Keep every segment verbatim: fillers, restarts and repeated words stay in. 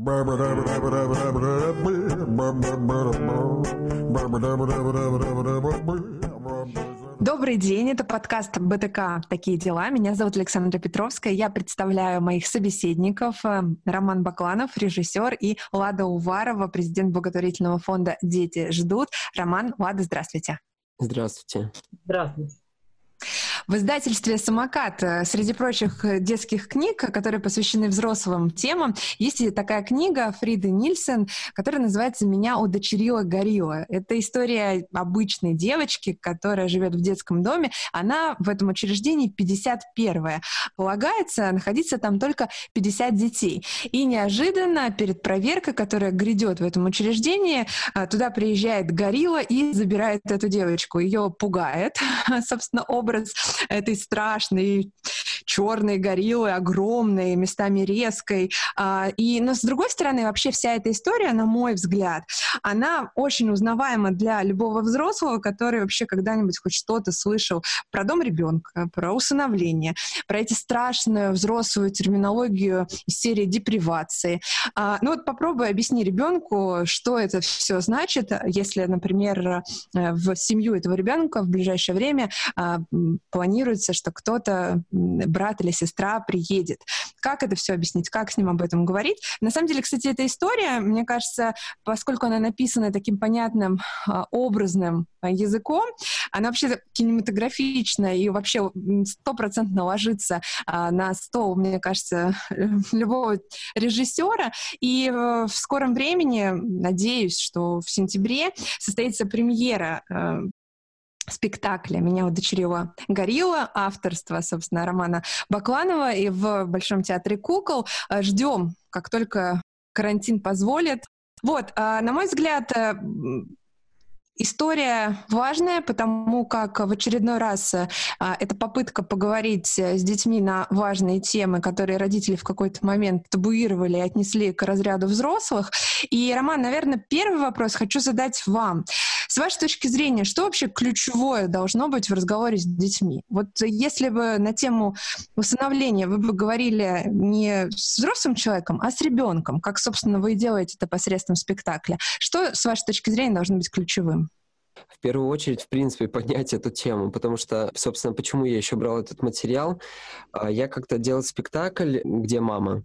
Добрый день, это подкаст БТК «Такие дела». Меня зовут Александра Петровская. Я представляю моих собеседников. Роман Бакланов, режиссер, и Лада Уварова, президент благотворительного фонда «Дети ждут». Роман, Лада, здравствуйте. Здравствуйте. Здравствуйте. В издательстве «Самокат» среди прочих детских книг, которые посвящены взрослым темам, есть и такая книга Фриды Нильсен, которая называется «Меня удочерила горилла». Это история обычной девочки, которая живет в детском доме. Она в этом учреждении пятьдесят первая. Полагается находиться там только пятьдесят детей. И неожиданно перед проверкой, которая грядет в этом учреждении, туда приезжает горилла и забирает эту девочку. Ее пугает, собственно, образ этой страшной черной гориллы, огромной, местами резкой. И, но с другой стороны, вообще вся эта история, на мой взгляд, она очень узнаваема для любого взрослого, который вообще когда-нибудь хоть что-то слышал про дом ребенка, про усыновление, про эти страшную взрослую терминологию из серии депривации. Ну вот попробуй объясни ребенку, что это все значит, если, например, в семью этого ребенка в ближайшее время планируется, что кто-то, брат или сестра, приедет. Как это все объяснить? Как с ним об этом говорить? На самом деле, кстати, эта история, мне кажется, поскольку она написана таким понятным, образным языком, она вообще кинематографичная и вообще стопроцентно ложится на стол, мне кажется, любого режиссера. И в скором времени, надеюсь, что в сентябре состоится премьера спектакля «Меня удочерила горилла», авторства, собственно, Романа Бакланова, и в Большом театре кукол. Ждем, как только карантин позволит. Вот, на мой взгляд, история важная, потому как в очередной раз а, это попытка поговорить с детьми на важные темы, которые родители в какой-то момент табуировали и отнесли к разряду взрослых. И, Роман, наверное, первый вопрос хочу задать вам. С вашей точки зрения, что вообще ключевое должно быть в разговоре с детьми? Вот если бы на тему усыновления вы бы говорили не с взрослым человеком, а с ребенком, как, собственно, вы и делаете это посредством спектакля, что, с вашей точки зрения, должно быть ключевым? В первую очередь, в принципе, поднять эту тему, потому что, собственно, почему я еще брал этот материал? Я как-то делал спектакль «Где мама?»,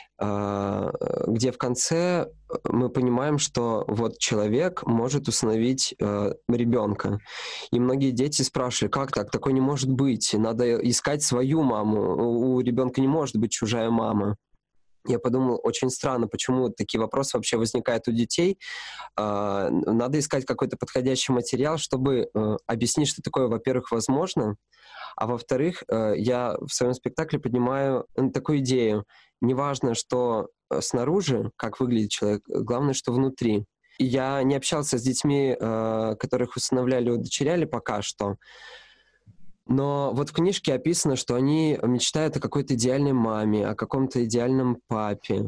где в конце мы понимаем, что вот человек может усыновить ребенка. И многие дети спрашивали, как так? Такое не может быть. Надо искать свою маму. У ребенка не может быть чужая мама. Я подумал, очень странно, почему такие вопросы вообще возникают у детей. Надо искать какой-то подходящий материал, чтобы объяснить, что такое, во-первых, возможно, а во-вторых, я в своем спектакле поднимаю такую идею. Неважно, что снаружи, как выглядит человек, главное, что внутри. И я не общался с детьми, которых усыновляли, удочеряли пока что. Но вот в книжке описано, что они мечтают о какой-то идеальной маме, о каком-то идеальном папе.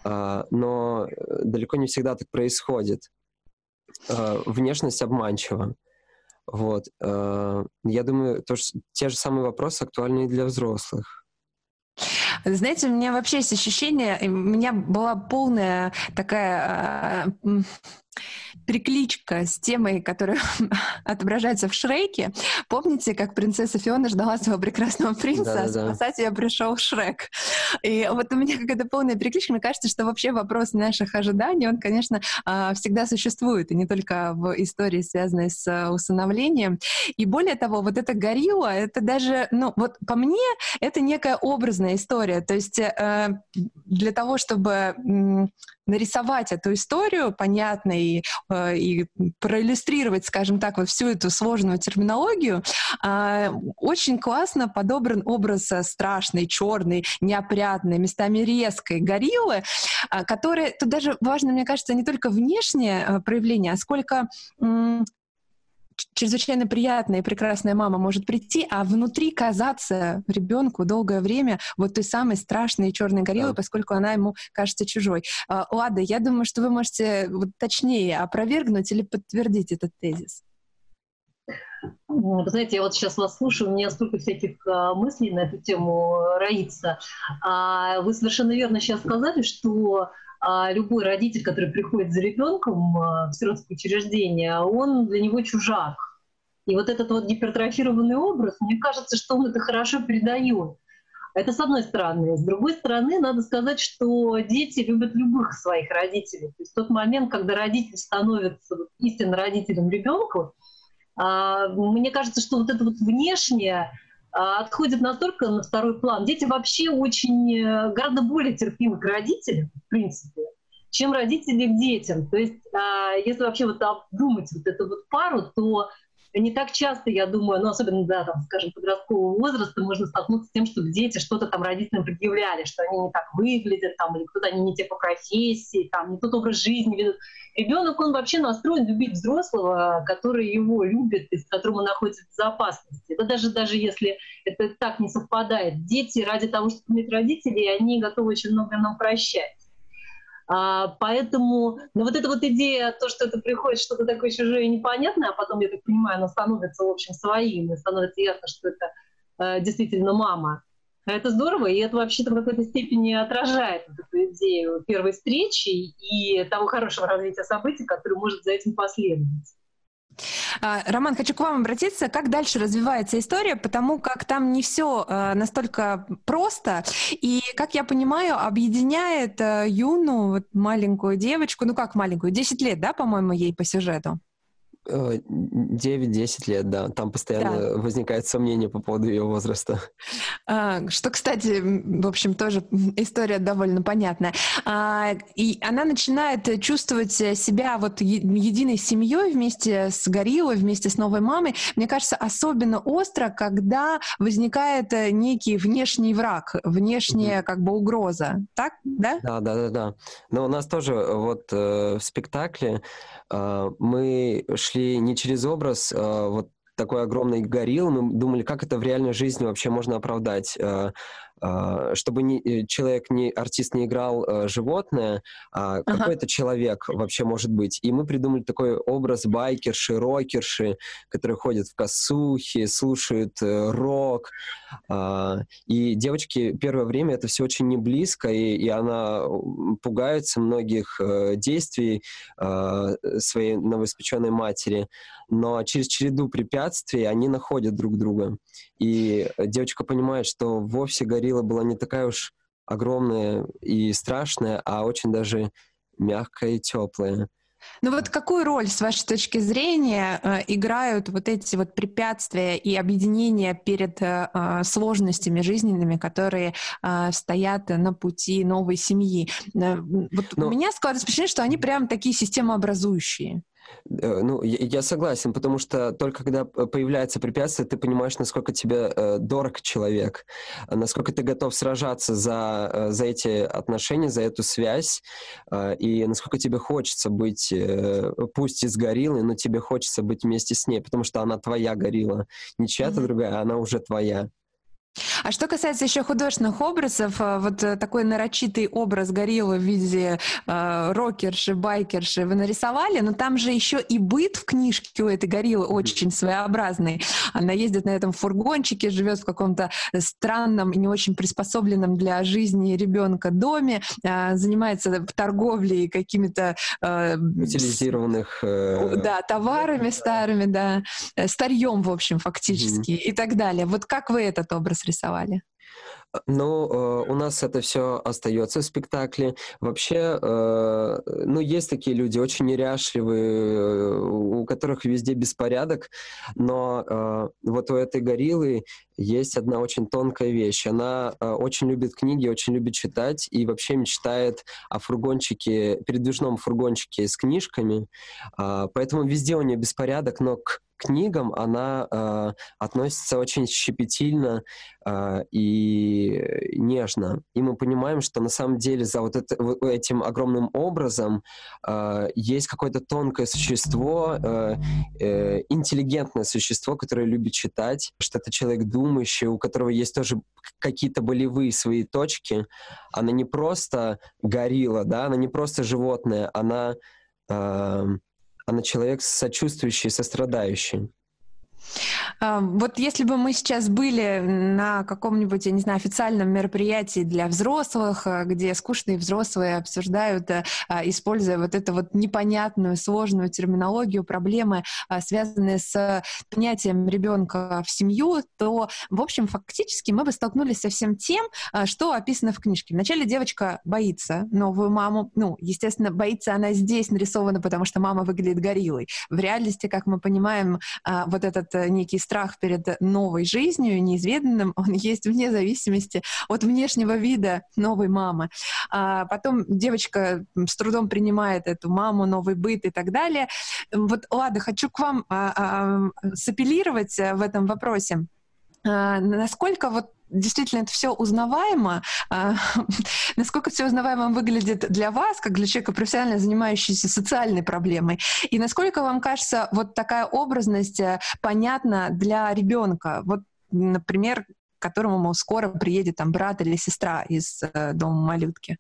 Но далеко не всегда так происходит. Внешность обманчива. Вот. Я думаю, то, что те же самые вопросы актуальны и для взрослых. Знаете, у меня вообще есть ощущение, у меня была полная такая э, перекличка с темой, которая отображается в Шреке. Помните, как принцесса Фиона ждала своего прекрасного принца, а спасать ее пришел Шрек? И вот у меня какая-то полная перекличка. Мне кажется, что вообще вопрос наших ожиданий, он, конечно, всегда существует, и не только в истории, связанной с усыновлением. И более того, вот эта горилла, это даже, ну, вот по мне, это некая образная история. То есть для того, чтобы нарисовать эту историю понятно и, и проиллюстрировать, скажем так, вот всю эту сложную терминологию, очень классно подобран образ страшной, черной, неопрятной, местами резкой гориллы, которая, тут даже важно, мне кажется, не только внешнее проявление, а сколько чрезвычайно приятная и прекрасная мама может прийти, а внутри казаться ребенку долгое время вот той самой страшной черной гориллой, да, поскольку она ему кажется чужой. Лада, я думаю, что вы можете вот точнее опровергнуть или подтвердить этот тезис. Вы знаете, я вот сейчас вас слушаю, у меня столько всяких а, мыслей на эту тему роится. А вы совершенно верно сейчас сказали, что а любой родитель, который приходит за ребенком в сиротское учреждение, он для него чужак. И вот этот вот гипертрофированный образ, мне кажется, что он это хорошо передает. Это с одной стороны. С другой стороны, надо сказать, что дети любят любых своих родителей. То есть в тот момент, когда родитель становится истинным родителем ребенка, мне кажется, что вот это вот внешнее отходит настолько на второй план. Дети вообще очень гораздо более терпимы к родителям, в принципе, чем родители к детям. То есть если вообще вот обдумать вот эту вот пару, то не так часто, я думаю, ну, особенно, да, там, скажем, подросткового возраста, можно столкнуться с тем, что дети что-то там родителям предъявляли, что они не так выглядят, там, или кто-то они не те по профессии, там, не тот образ жизни ведут. Ребенок, он вообще настроен любить взрослого, который его любит и с которым он находится в безопасности. Это даже, даже если это так не совпадает. Дети ради того, чтобы иметь родителей, они готовы очень много нам прощать. А, поэтому, ну вот эта вот идея, то, что это приходит что-то такое чужое и непонятное, а потом, я так понимаю, оно становится, в общем, своим, и становится ясно, что это э, действительно мама. Это здорово, и это вообще-то в какой-то степени отражает вот эту идею первой встречи и того хорошего развития событий, которое может за этим последовать. Роман, хочу к вам обратиться. Как дальше развивается история, потому как там не все настолько просто, и, как я понимаю, объединяет Юну, вот маленькую девочку, ну как маленькую, десять лет, да, по-моему, ей по сюжету? девять-десять лет, да. Там постоянно да. возникает сомнение по поводу ее возраста. А, что, кстати, в общем, тоже история довольно понятная. А, и она начинает чувствовать себя вот единой семьей вместе с гориллой, вместе с новой мамой. Мне кажется, особенно остро, когда возникает некий внешний враг, внешняя mm-hmm. как бы угроза. Так, да? Да, да, да, да. Но у нас тоже вот э, в спектакле э, мы шли не через образ э, вот такой огромной гориллы, мы думали, как это в реальной жизни вообще можно оправдать. Э, э, чтобы не, человек, не, артист не играл э, животное, а ага. какой-то человек вообще может быть. И мы придумали такой образ байкерши, рокерши, которые ходят в косухи, слушают э, рок. Э, и девочке первое время это все очень не близко, и, и она пугается многих э, действий э, своей новоиспеченной матери. Но через череду препятствий они находят друг друга. И девочка понимает, что вовсе горилла была не такая уж огромная и страшная, а очень даже мягкая и теплая. Ну вот какую роль, с вашей точки зрения, играют вот эти вот препятствия и объединения перед сложностями жизненными, которые стоят на пути новой семьи? Вот Но... у меня складывается впечатление, что они прям такие системообразующие. Ну, я согласен, потому что только когда появляется препятствие, ты понимаешь, насколько тебе э, дорог человек, насколько ты готов сражаться за, за эти отношения, за эту связь, э, и насколько тебе хочется быть, э, пусть и с гориллой, но тебе хочется быть вместе с ней, потому что она твоя горилла, не чья-то mm-hmm. другая, а она уже твоя. А что касается еще художественных образов, вот такой нарочитый образ гориллы в виде э, рокерши, байкерши вы нарисовали, но там же еще и быт в книжке у этой гориллы очень своеобразный. Она ездит на этом фургончике, живет в каком-то странном и не очень приспособленном для жизни ребенка доме, э, занимается торговлей какими-то э, утилизированных э... да, товарами старыми, да, старьем, в общем, фактически, mm-hmm. и так далее. Вот как вы этот образ рисовали? Ну, э, у нас это все остается в спектакле. Вообще, э, ну, есть такие люди, очень неряшливые, у которых везде беспорядок, но э, вот у этой гориллы есть одна очень тонкая вещь. Она э, очень любит книги, очень любит читать и вообще мечтает о фургончике, передвижном фургончике с книжками. Э, поэтому везде у нее беспорядок, но к книгам она э, относится очень щепетильно э, и нежно. И мы понимаем, что на самом деле за вот это, этим огромным образом э, есть какое-то тонкое существо, э, э, интеллигентное существо, которое любит читать, что это человек думающий, у которого есть тоже какие-то болевые свои точки. Она не просто горилла, да, она не просто животное, она... Э, она человек сочувствующий, сострадающий. Вот если бы мы сейчас были на каком-нибудь, я не знаю, официальном мероприятии для взрослых, где скучные взрослые обсуждают, используя вот эту вот непонятную, сложную терминологию, проблемы, связанные с принятием ребенка в семью, то, в общем, фактически мы бы столкнулись со всем тем, что описано в книжке. Вначале девочка боится новую маму. Ну, естественно, боится она здесь нарисована, потому что мама выглядит гориллой. В реальности, как мы понимаем, вот этот некий страх перед новой жизнью, неизведанным, он есть вне зависимости от внешнего вида новой мамы. А потом девочка с трудом принимает эту маму, новый быт и так далее. Вот, Лада, хочу к вам а, а, сапеллировать в этом вопросе. А, насколько вот действительно это все узнаваемо, а, насколько все узнаваемо выглядит для вас, как для человека, профессионально занимающегося социальной проблемой, и насколько вам кажется вот такая образность понятна для ребенка, вот, например, к которому, мол, скоро приедет там брат или сестра из э, дома малютки?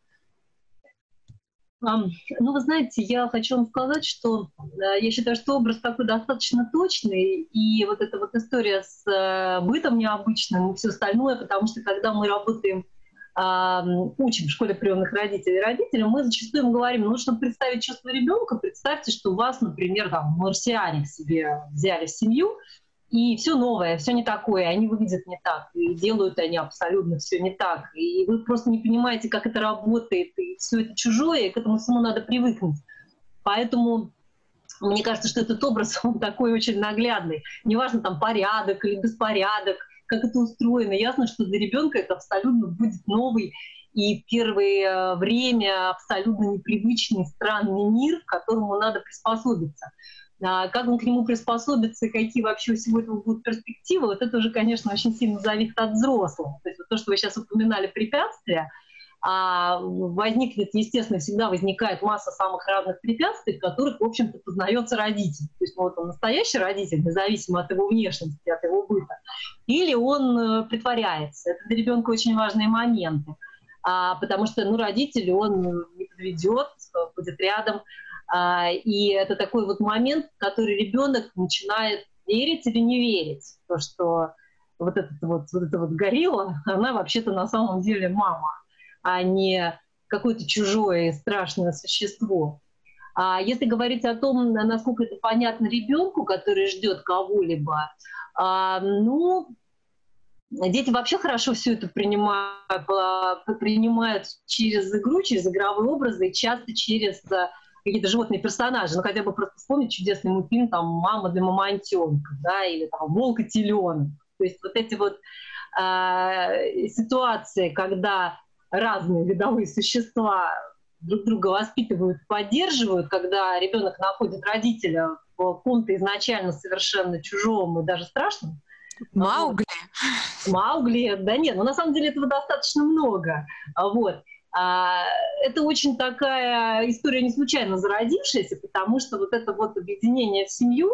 Ну, вы знаете, я хочу вам сказать, что я считаю, что образ такой достаточно точный, и вот эта вот история с бытом необычным и все остальное, потому что когда мы работаем, учим в школе приемных родителей и родителям, мы зачастую им говорим, ну, чтобы представить чувство ребенка, представьте, что у вас, например, там, марсиане к себе взяли в семью, и все новое, все не такое, они выглядят не так, и делают они абсолютно все не так. И вы просто не понимаете, как это работает, и все это чужое, и к этому всему надо привыкнуть. Поэтому мне кажется, что этот образ, он такой очень наглядный. Неважно, там, порядок или беспорядок, как это устроено. Ясно, что для ребенка это абсолютно будет новый и первое время абсолютно непривычный, странный мир, к которому надо приспособиться. Как он к нему приспособится и какие вообще у всего этого будут перспективы, вот это уже, конечно, очень сильно зависит от взрослого. То есть вот то, что вы сейчас упоминали, препятствия, а возникнет, естественно, всегда возникает масса самых разных препятствий, в которых, в общем-то, познается родитель. То есть ну, вот он настоящий родитель, независимо от его внешности, от его быта, или он притворяется. Это для ребенка очень важные моменты, а, потому что ну, родитель, он не подведет, будет рядом. И это такой вот момент, в который ребенок начинает верить или не верить. То, что вот эта вот, вот, эта вот горилла, она вообще-то на самом деле мама, а не какое-то чужое страшное существо. А если говорить о том, насколько это понятно ребенку, который ждет кого-либо, а, ну, дети вообще хорошо все это принимают, принимают через игру, через игровые образы и часто через какие-то животные персонажи. Ну, хотя бы просто вспомнить чудесный мультфильм там «Мама для мамонтенка», да, или там «Волк и теленок». То есть вот эти вот э, ситуации, когда разные видовые существа друг друга воспитывают, поддерживают, когда ребенок находит родителя в ком-то изначально совершенно чужом и даже страшном. Маугли. Маугли, да нет, но на самом деле этого достаточно много. Вот. Это очень такая история не случайно зародившаяся, потому что вот это вот объединение в семью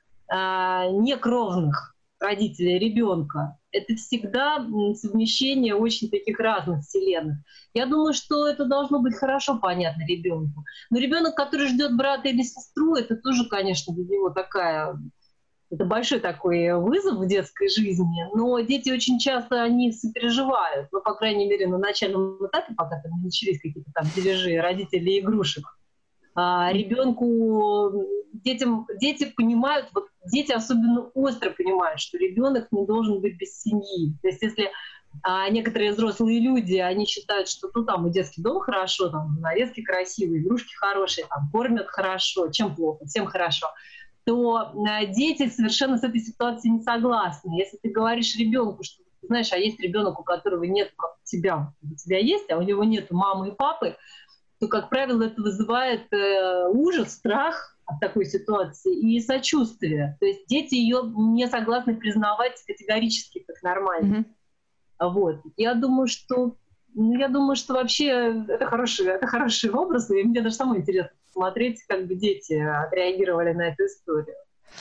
некровных родителей ребенка, это всегда совмещение очень таких разных вселенных. Я думаю, что это должно быть хорошо понятно ребенку. Но ребенок, который ждет брата или сестру, это тоже, конечно, для него такая... Это большой такой вызов в детской жизни, но дети очень часто они сопереживают, ну, по крайней мере, на начальном этапе, пока там не начались какие-то там дележи родителей игрушек. А ребенку, детям, дети понимают, вот дети особенно остро понимают, что ребенок не должен быть без семьи. То есть если а некоторые взрослые люди, они считают, что ну, там и детский дом хорошо, там занавески красивые, игрушки хорошие, там кормят хорошо, чем плохо, всем хорошо, то дети совершенно с этой ситуацией не согласны. Если ты говоришь ребенку, что ты знаешь, а есть ребенок, у которого нет тебя, у тебя есть, а у него нет мамы и папы, то, как правило, это вызывает э, ужас, страх от такой ситуации и сочувствие. То есть дети ее не согласны признавать категорически как нормально. Mm-hmm. Вот. Я думаю, что ну, я думаю, что вообще это хороший, это хороший образ, и мне даже самой интересно посмотреть, как бы дети отреагировали на эту историю.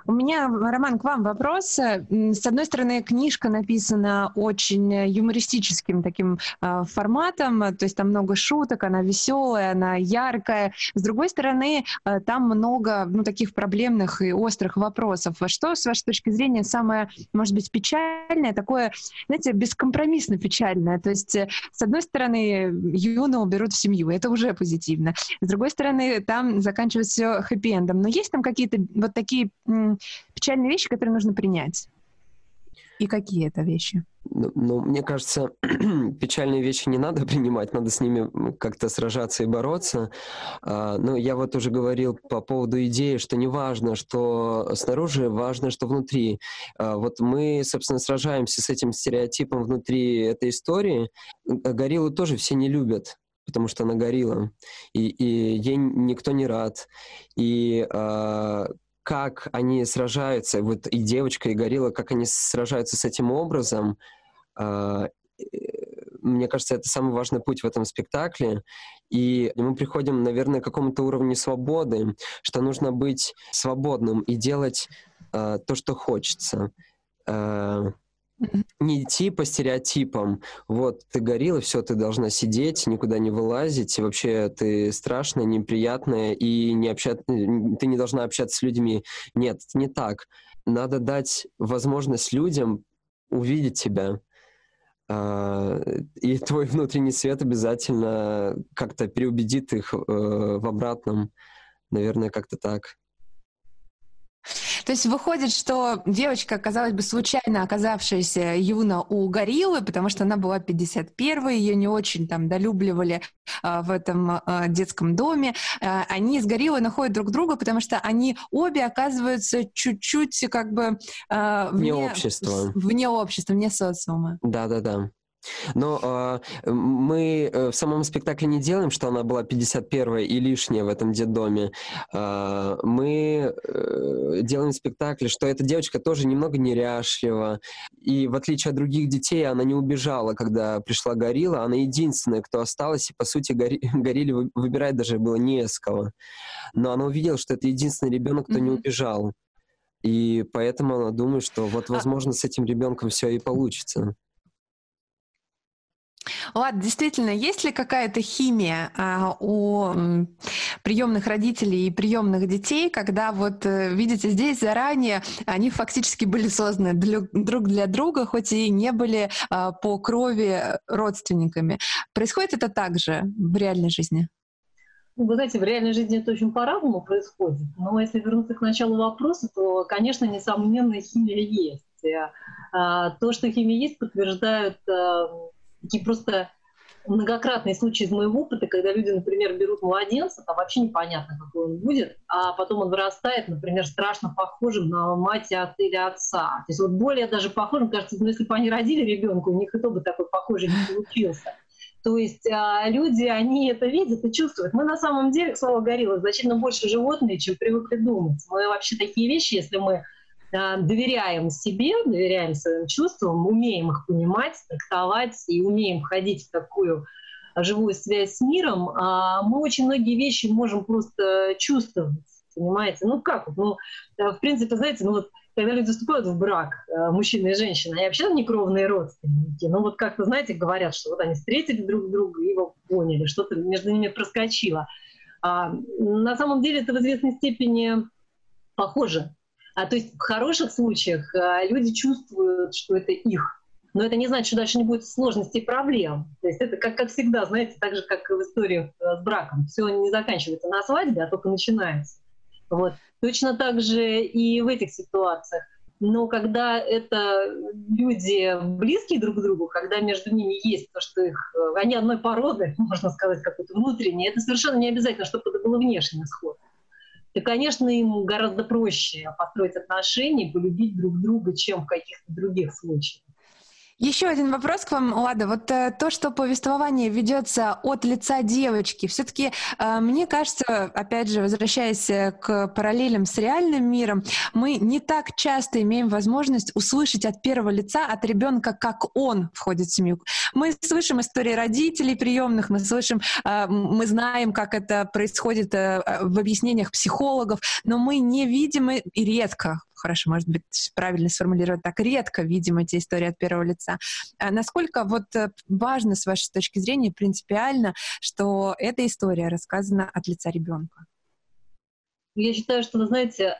У меня, Роман, к вам вопрос. С одной стороны, книжка написана очень юмористическим таким э, форматом, то есть там много шуток, она веселая, она яркая. С другой стороны, э, там много ну, таких проблемных и острых вопросов. Что, с вашей точки зрения, самое, может быть, печальное, такое, знаете, бескомпромиссно печальное? То есть, э, с одной стороны, Юну берут в семью, это уже позитивно. С другой стороны, там заканчивается все хэппи-эндом. Но есть там какие-то вот такие печальные вещи, которые нужно принять? И какие это вещи? Ну, ну, мне кажется, печальные вещи не надо принимать, надо с ними как-то сражаться и бороться. А, ну, я вот уже говорил по поводу идеи, что не важно, что снаружи, важно, что внутри. А, вот мы, собственно, сражаемся с этим стереотипом внутри этой истории. Гориллу тоже все не любят, потому что она горилла, и, и ей никто не рад. И а, как они сражаются, вот и девочка, и горилла, как они сражаются с этим образом, э, мне кажется, это самый важный путь в этом спектакле. И мы приходим, наверное, к какому-то уровню свободы, что нужно быть свободным и делать э, то, что хочется. Э, не идти по стереотипам. Вот, ты горилла, все, ты должна сидеть, никуда не вылазить, и вообще ты страшная, неприятная, и не общаться, ты не должна общаться с людьми. Нет, это не так. Надо дать возможность людям увидеть тебя. И твой внутренний свет обязательно как-то переубедит их в обратном. Наверное, как-то так. То есть выходит, что девочка, казалось бы, случайно оказавшаяся Юна у гориллы, потому что она была пятьдесят первой, ее не очень там долюбливали а, в этом а, детском доме. А, они с гориллой находят друг друга, потому что они обе оказываются чуть-чуть как бы а, вне, вне общества. Вне общества, вне социума. Да-да-да. Но э, мы в самом спектакле не делаем, что она была пятьдесят первая и лишняя в этом детдоме. Э, мы э, делаем спектакль, что эта девочка тоже немного неряшлива. И в отличие от других детей, она не убежала, когда пришла горилла. Она единственная, кто осталась. И, по сути, гори- горилле выбирать даже было не с кого. Но она увидела, что это единственный ребенок, кто mm-hmm. не убежал. И поэтому она думает, что вот, возможно, с этим ребенком все и получится. Ладно, действительно, есть ли какая-то химия а, у м, приемных родителей и приемных детей, когда вот, видите, здесь заранее они фактически были созданы для, друг для друга, хоть и не были а, по крови родственниками. Происходит это также в реальной жизни? Вы знаете, в реальной жизни это очень по-разному происходит, но если вернуться к началу вопроса, то, конечно, несомненно, химия есть. То, что химия есть, подтверждают такие просто многократные случаи из моего опыта, когда люди, например, берут младенца, там вообще непонятно, какой он будет, а потом он вырастает, например, страшно похожим на мать или отца. То есть вот более даже похожим, кажется, ну, если бы они родили ребенка, у них и то бы такой похожий не получился. То есть а, люди, они это видят и чувствуют. Мы на самом деле, к слову, гориллы, значительно больше животные, чем привыкли думать. Мы вообще такие вещи, если мы доверяем себе, доверяем своим чувствам, умеем их понимать, трактовать и умеем входить в такую живую связь с миром, мы очень многие вещи можем просто чувствовать, понимаете? Ну как? Ну, в принципе, знаете, ну вот когда люди вступают в брак, мужчина и женщина, они вообще не кровные родственники. Ну вот как-то, знаете, говорят, что вот они встретили друг друга и его поняли, что-то между ними проскочило. А на самом деле это в известной степени похоже. А, то есть в хороших случаях а, люди чувствуют, что это их. Но это не значит, что дальше не будет сложностей и проблем. То есть это как, как всегда, знаете, так же, как и в истории с браком. Все не заканчивается на свадьбе, а только начинается. Вот. Точно так же и в этих ситуациях. Но когда это люди близкие друг к другу, когда между ними есть то, что их, они одной породы, можно сказать, какой-то внутренний, это совершенно не обязательно, чтобы это был внешний исход. И, конечно, им гораздо проще построить отношения, полюбить друг друга, чем в каких-то других случаях. Еще один вопрос к вам, Лада. Вот э, то, что повествование ведется от лица девочки, все-таки э, мне кажется, опять же, возвращаясь к параллелям с реальным миром, мы не так часто имеем возможность услышать от первого лица, от ребенка, как он входит в семью. Мы слышим истории родителей приемных, мы слышим, э, мы знаем, как это происходит э, в объяснениях психологов, но мы не видим и редко, хорошо, может быть, правильно сформулировать так, редко видим эти истории от первого лица. А насколько вот важно, с вашей точки зрения, принципиально, что эта история рассказана от лица ребенка? Я считаю, что, вы знаете,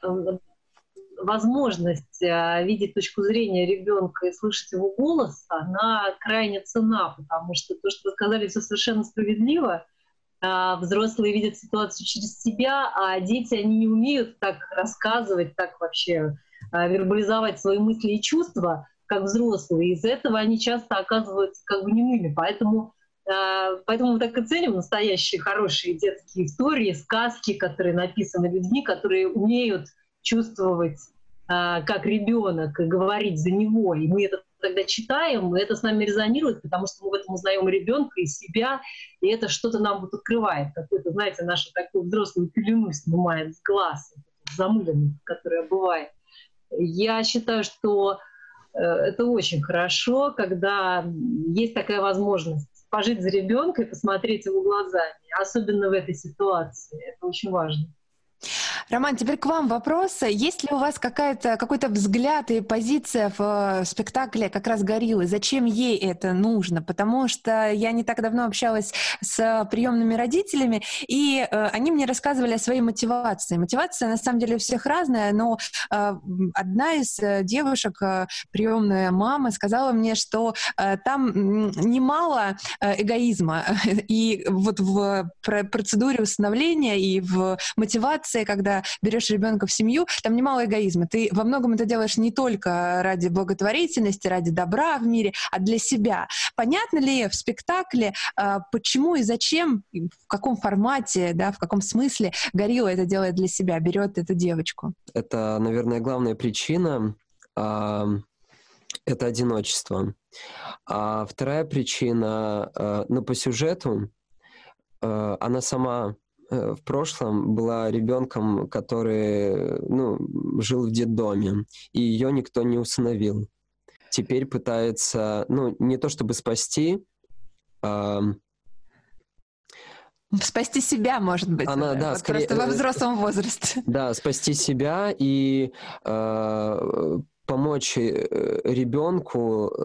возможность видеть точку зрения ребенка и слышать его голос, она крайне ценна, потому что то, что вы сказали, все совершенно справедливо. Взрослые видят ситуацию через себя, а дети, они не умеют так рассказывать, так вообще вербализовать свои мысли и чувства, как взрослые. Из-за этого они часто оказываются как бы немыми. Поэтому, поэтому мы так и ценим настоящие хорошие детские истории, сказки, которые написаны людьми, которые умеют чувствовать как ребенок и говорить за него. И мы это тогда читаем, и это с нами резонирует, потому что мы в этом узнаем ребенка и себя, и это что-то нам вот открывает, какую-то, знаете, нашу такую взрослую пелену снимает с глаз, замыленность, которая бывает. Я считаю, что э, это очень хорошо, когда есть такая возможность пожить за ребенка и посмотреть его глазами, особенно в этой ситуации. Это очень важно. Роман, теперь к вам вопрос. Есть ли у вас какая-то, какой-то взгляд и позиция в спектакле как раз «Гориллы»? Зачем ей это нужно? Потому что я не так давно общалась с приемными родителями, и э, они мне рассказывали о своей мотивации. Мотивация, на самом деле, у всех разная, но э, одна из девушек, э, приемная мама, сказала мне, что э, там немало э, эгоизма. И вот в процедуре усыновления и в мотивации, когда берешь ребенка в семью, там немало эгоизма. Ты во многом это делаешь не только ради благотворительности, ради добра в мире, а для себя. Понятно ли в спектакле, почему и зачем, в каком формате, да, в каком смысле горилла это делает для себя, берет эту девочку? Это, наверное, главная причина а, — это одиночество. А вторая причина, а, ну, по сюжету, а, она сама в прошлом была ребенком, который, ну, жил в детдоме, и ее никто не усыновил. Теперь пытается, ну, не то чтобы спасти, а... спасти себя, может быть, она, уже. Да, Вот скорее, просто во взрослом возрасте. Да, спасти себя и э, помочь ребенку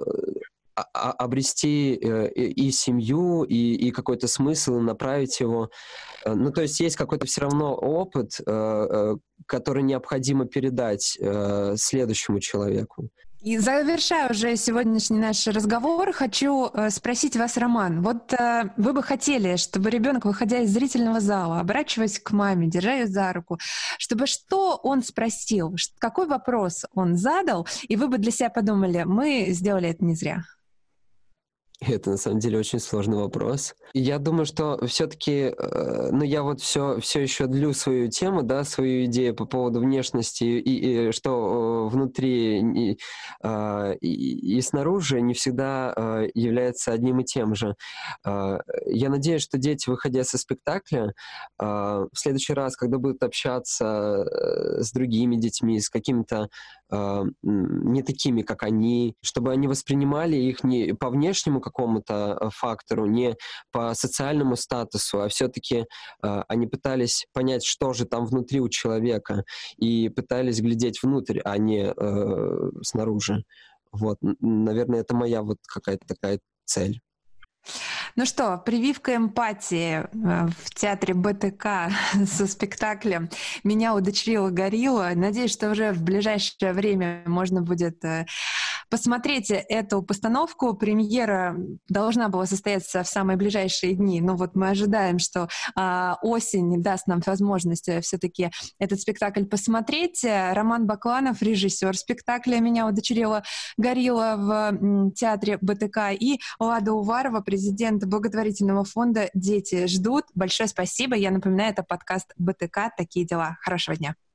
обрести и семью, и, и какой-то смысл, направить его. Ну, то есть есть какой-то все равно опыт, который необходимо передать следующему человеку. И завершая уже сегодняшний наш разговор, хочу э, спросить вас, Роман, вот э, вы бы хотели, чтобы ребенок, выходя из зрительного зала, оборачиваясь к маме, держа ее за руку, чтобы что он спросил, какой вопрос он задал, и вы бы для себя подумали, мы сделали это не зря? Это, на самом деле, очень сложный вопрос. И я думаю, что все-таки, э, ну, я вот все, все еще длю свою тему, да, свою идею по поводу внешности, и, и что э, внутри и, э, и, и снаружи не всегда э, является одним и тем же. Э, я надеюсь, что дети, выходя со спектакля, э, в следующий раз, когда будут общаться э, с другими детьми, с какими-то э, не такими, как они, чтобы они воспринимали их не по внешнему какому-то фактору, не по социальному статусу, а все-таки э, они пытались понять, что же там внутри у человека, и пытались глядеть внутрь, а не э, снаружи. Вот, наверное, это моя вот какая-то такая цель. Ну что, прививка эмпатии в театре БТК со спектаклем «Меня удочерила горилла». Надеюсь, что уже в ближайшее время можно будет посмотреть эту постановку. Премьера должна была состояться в самые ближайшие дни, но вот мы ожидаем, что а, осень даст нам возможность все-таки этот спектакль посмотреть. Роман Бакланов, режиссер спектакля «Меня удочерила горилла» в театре БТК, и Лада Уварова, президент благотворительного фонда «Дети ждут». Большое спасибо. Я напоминаю, это подкаст БТК «Такие дела». Хорошего дня.